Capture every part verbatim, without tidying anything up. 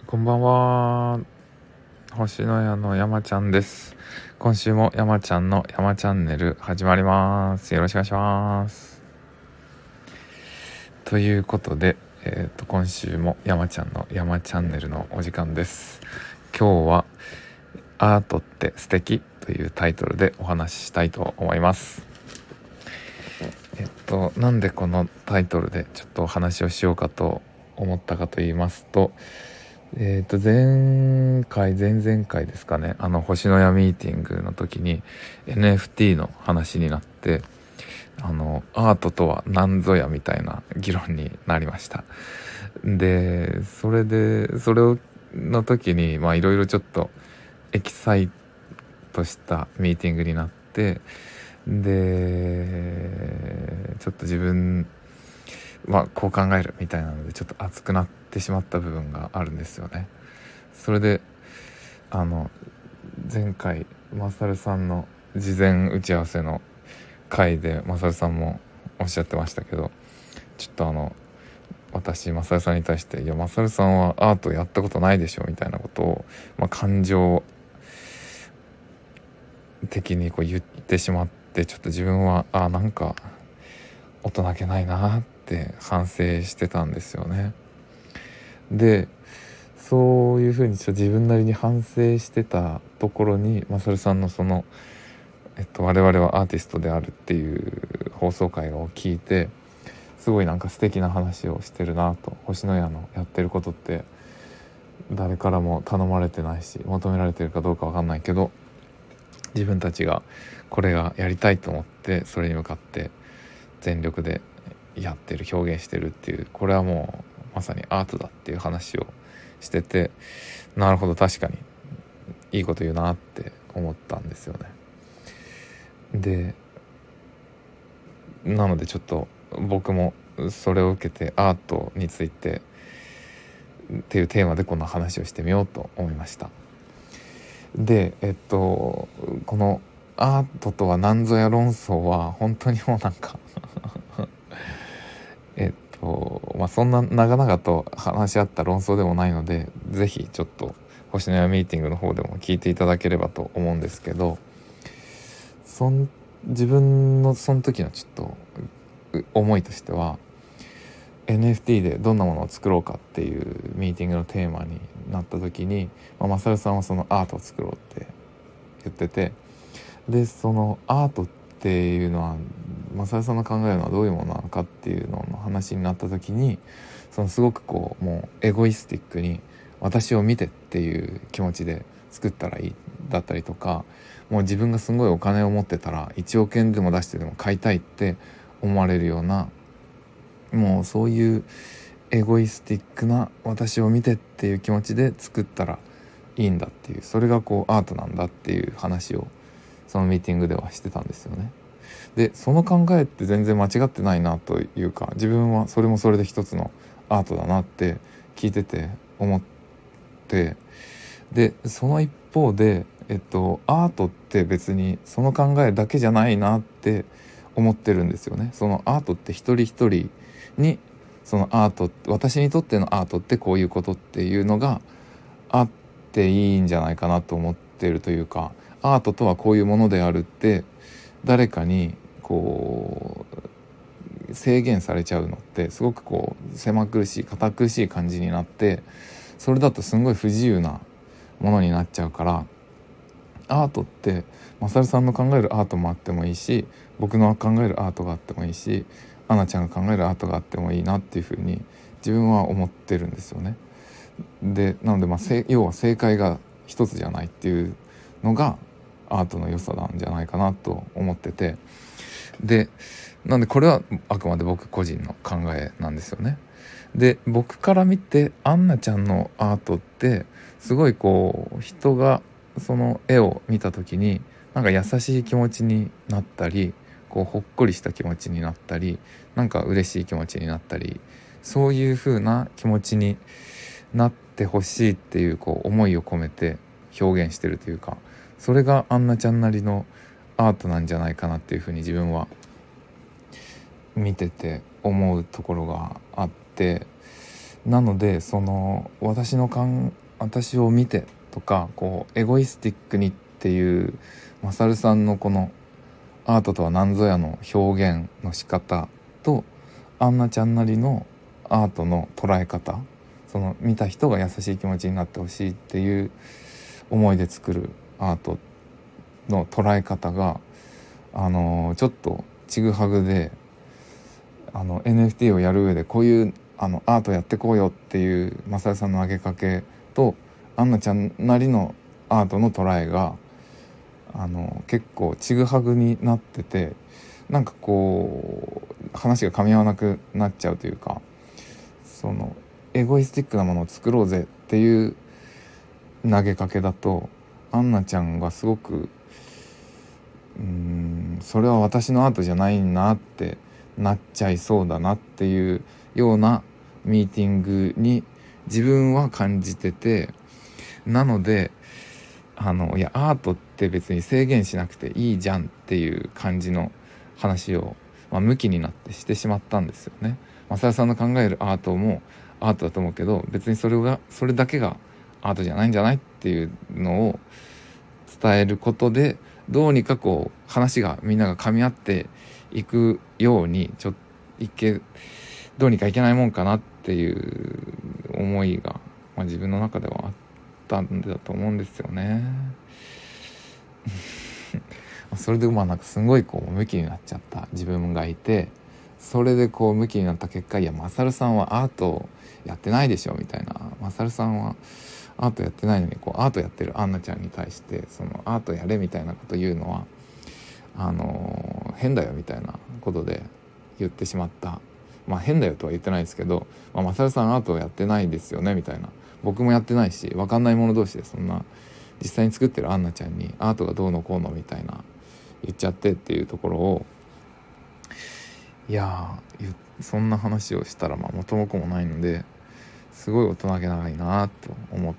こんばんは。星のやの山ちゃんです。今週も山ちゃんの山チャンネル始まります。よろしくお願いします。ということで、えー、と今週も山ちゃんの山チャンネルのお時間です。今日はアートって素敵というタイトルでお話ししたいと思います。えっとなんでこのタイトルでちょっとお話をしようかと思ったかと言いますと、えーと前回前々回ですかね、あの星のやミーティングの時に エヌエフティー の話になって、あのアートとは何ぞやみたいな議論になりました。でそれでそれをの時にまあいろいろちょっとエキサイトしたミーティングになって、でちょっと自分はこう考えるみたいなのでちょっと熱くなってしまった部分があるんですよね。それであの前回マサルさんの事前打ち合わせの回でマサルさんもおっしゃってましたけど、ちょっとあの私マサルさんに対して「いやマサルさんはアートやったことないでしょ」みたいなことを、まあ、感情的にこう言ってしまって、ちょっと自分はあなんか大人げないなって反省してたんですよね。でそういうふうにちょっと自分なりに反省してたところにマサルさんのその、えっと、我々はアーティストであるっていう放送回を聞いて、すごいなんか素敵な話をしてるなと。星のやのやってることって誰からも頼まれてないし求められてるかどうか分かんないけど、自分たちがこれがやりたいと思ってそれに向かって全力でやってる表現してるっていう、これはもうまさにアートだっていう話をしてて、なるほど確かにいいこと言うなって思ったんですよね。でなのでちょっと僕もそれを受けてアートについてっていうテーマでこの話をしてみようと思いました。でえっとこのアートとは何ぞや論争は本当にもうなんかえっとまあそんな長々と話し合った論争でもないので、ぜひちょっと星のやミーティングの方でも聞いていただければと思うんですけど、そん自分のその時のちょっと思いとしては、 エヌエフティー でどんなものを作ろうかっていうミーティングのテーマになった時に、まあ、マサルさんはそのアートを作ろうって言ってて、でそのアートっていうのはマサルさんの考えるのはどういうものなのかっていうのの話になった時に、そのすごくこうもうエゴイスティックに私を見てっていう気持ちで作ったらいいだったりとか、もう自分がすごいお金を持ってたらいちおくえんでも出してでも買いたいって思われるような、もうそういうエゴイスティックな私を見てっていう気持ちで作ったらいいんだっていう、それがこうアートなんだっていう話をそのミーティングではしてたんですよね。でその考えって全然間違ってないなというか、自分はそれもそれで一つのアートだなって聞いてて思って、でその一方で、えっと、アートって別にその考えだけじゃないなって思ってるんですよね。そのアートって一人一人に、そのアート、私にとってのアートってこういうことっていうのがあっていいんじゃないかなと思っているというか、アートとはこういうものであるって誰かにこう制限されちゃうのってすごくこう狭苦しい堅苦しい感じになって、それだとすんごい不自由なものになっちゃうから、アートってマサルさんの考えるアートもあってもいいし、僕の考えるアートがあってもいいし、アナちゃんが考えるアートがあってもいいなっていうふうに自分は思ってるんですよね。でなので、まあ、要は正解が一つじゃないっていうのがアートの良さなんじゃないかなと思ってて、でなんでこれはあくまで僕個人の考えなんですよね。で僕から見てアンナちゃんのアートってすごいこう人がその絵を見た時になんか優しい気持ちになったり、こうほっこりした気持ちになったり、なんか嬉しい気持ちになったり、そういう風な気持ちになってほしいっていうこう思いを込めて表現してるというか、それがアンナちゃんなりのアートなんじゃないかなっていう風に自分は見てて思うところがあって、 なのでその私の感私を見てとかこうエゴイスティックにっていうマサルさんのこのアートとは何ぞやの表現の仕方とアンナちゃんなりのアートの捉え方、その見た人が優しい気持ちになってほしいっていう思いで作るアートの捉え方があのちょっとちぐはぐで、あの エヌエフティー をやる上でこういうあのアートやってこうよっていうマサルさんの挙げかけとアンナちゃんなりのアートの捉えがあの結構ちぐはぐになってて、なんかこう話が噛み合わなくなっちゃうというか、そのエゴイスティックなものを作ろうぜっていう投げかけだとアンナちゃんがすごくうーんそれは私のアートじゃないなってなっちゃいそうだなっていうようなミーティングに自分は感じてて、なのであのいやアートって別に制限しなくていいじゃんっていう感じの話を、まあ、向きになってしてしまったんですよね。マサルさんの考えるアートもアートだと思うけど、別にそれがそれだけがアートじゃないんじゃないっていうのを伝えることで、どうにかこう話がみんなが噛み合っていくようにちょっといけどうにかいけないもんかなっていう思いが、まあ、自分の中ではあったんだと思うんですよね。それでまあなんかすごいこうムキになっちゃった自分がいて、それでこうムキになった結果、いやマサルさんはアートやってないでしょみたいな、マサルさんはアートやってないのにこうアートやってるアンナちゃんに対してそのアートやれみたいなこと言うのはあの変だよみたいなことで言ってしまった。まあ変だよとは言ってないですけど、まあ、マサルさんアートをやってないですよねみたいな、僕もやってないし分かんない者同士でそんな実際に作ってるアンナちゃんにアートがどうのこうのみたいな言っちゃってっていうところを、いやそんな話をしたらまあ元も子もないのですごい大人げないなと思って、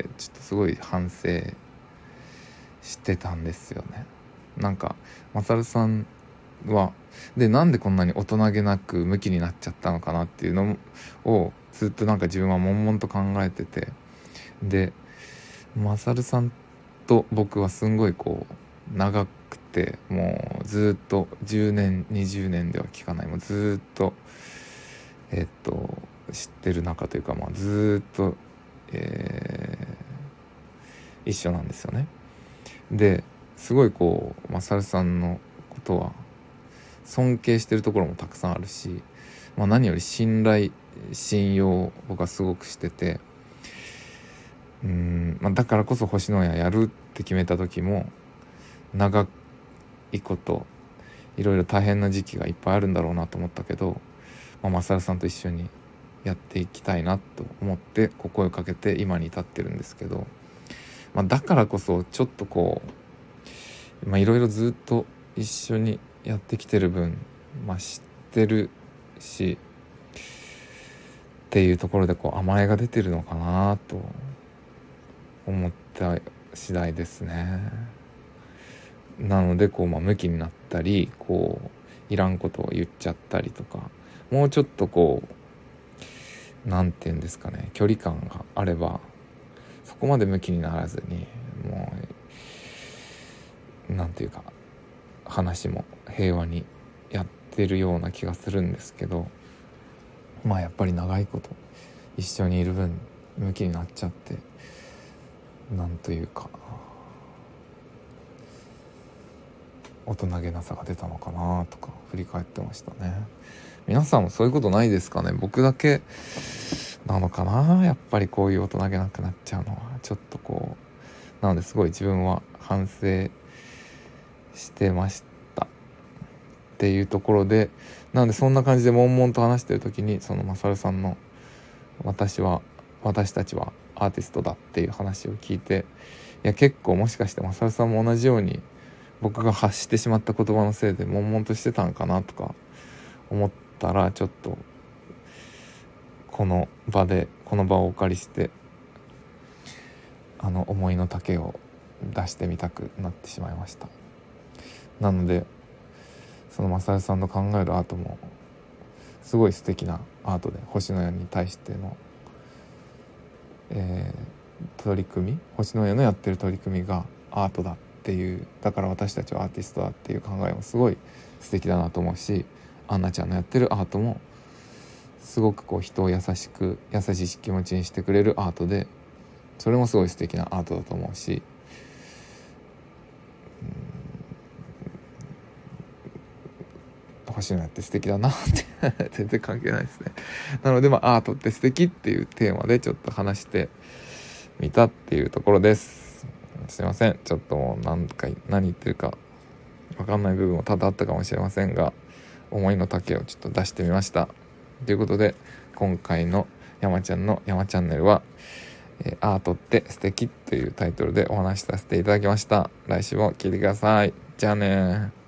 ちょっとすごい反省してたんですよね。なんかマサルさんはでなんでこんなに大人げなくムキになっちゃったのかなっていうのをずっとなんか自分は悶々と考えてて、でマサルさんと僕はすんごいこう長くてもうずっとじゅうねんにじゅうねんでは聞かない、もうずっとえっと知ってる仲というか、まあずっと、えー、一緒なんですよね。ですごいこうマサルさんのことは尊敬してるところもたくさんあるし、まあ、何より信頼信用を僕はすごくしてて、うーん、まあ、だからこそ星のややるって決めた時も長いこといろいろ大変な時期がいっぱいあるんだろうなと思ったけど、まあ、マサルさんと一緒にやっていきたいなと思ってこう声をかけて今に至ってるんですけど、まあ、だからこそちょっとこうまあいろいろずっと一緒にやってきてる分、まあ、知ってるしっていうところでこう甘えが出てるのかなと思った次第ですね。なのでこう、まあ、ムキになったりこういらんことを言っちゃったりとか、もうちょっとこうなんていうんですかね、距離感があればそこまでムキにならずにもうなんていうか話も平和にやってるような気がするんですけど、まあやっぱり長いこと一緒にいる分ムキになっちゃって、なんというか大人げなさが出たのかなとか振り返ってましたね。皆さんもそういうことないですかね。僕だけなのかな、やっぱりこういう大人げなくなっちゃうのはちょっとこうなのですごい自分は反省してましたっていうところで、なのでそんな感じで悶々と話してる時にそのマサルさんの私は私たちはアーティストだっていう話を聞いて、いや結構もしかしてマサルさんも同じように僕が発してしまった言葉のせいで悶々としてたんかなとか思ったら、ちょっとこの場でこの場をお借りしてあの思いの丈を出してみたくなってしまいました。なのでそのマサルさんの考えるアートもすごい素敵なアートで、星のやに対しての、えー、取り組み、星のやのやってる取り組みがアートだっていう、だから私たちはアーティストだっていう考えもすごい素敵だなと思うし、アンナちゃんのやってるアートもすごくこう人を優しく優しい気持ちにしてくれるアートで、それもすごい素敵なアートだと思うし、星野やって素敵だなって全然関係ないですね。なのでまあアートって素敵っていうテーマでちょっと話してみたっていうところです。すいません、ちょっともう何回何言ってるか分かんない部分も多々あったかもしれませんが、思いの丈をちょっと出してみました。ということで今回の山ちゃんの山チャンネルは、えー、アートって素敵というタイトルでお話しさせていただきました。来週も聞いてください。じゃあね。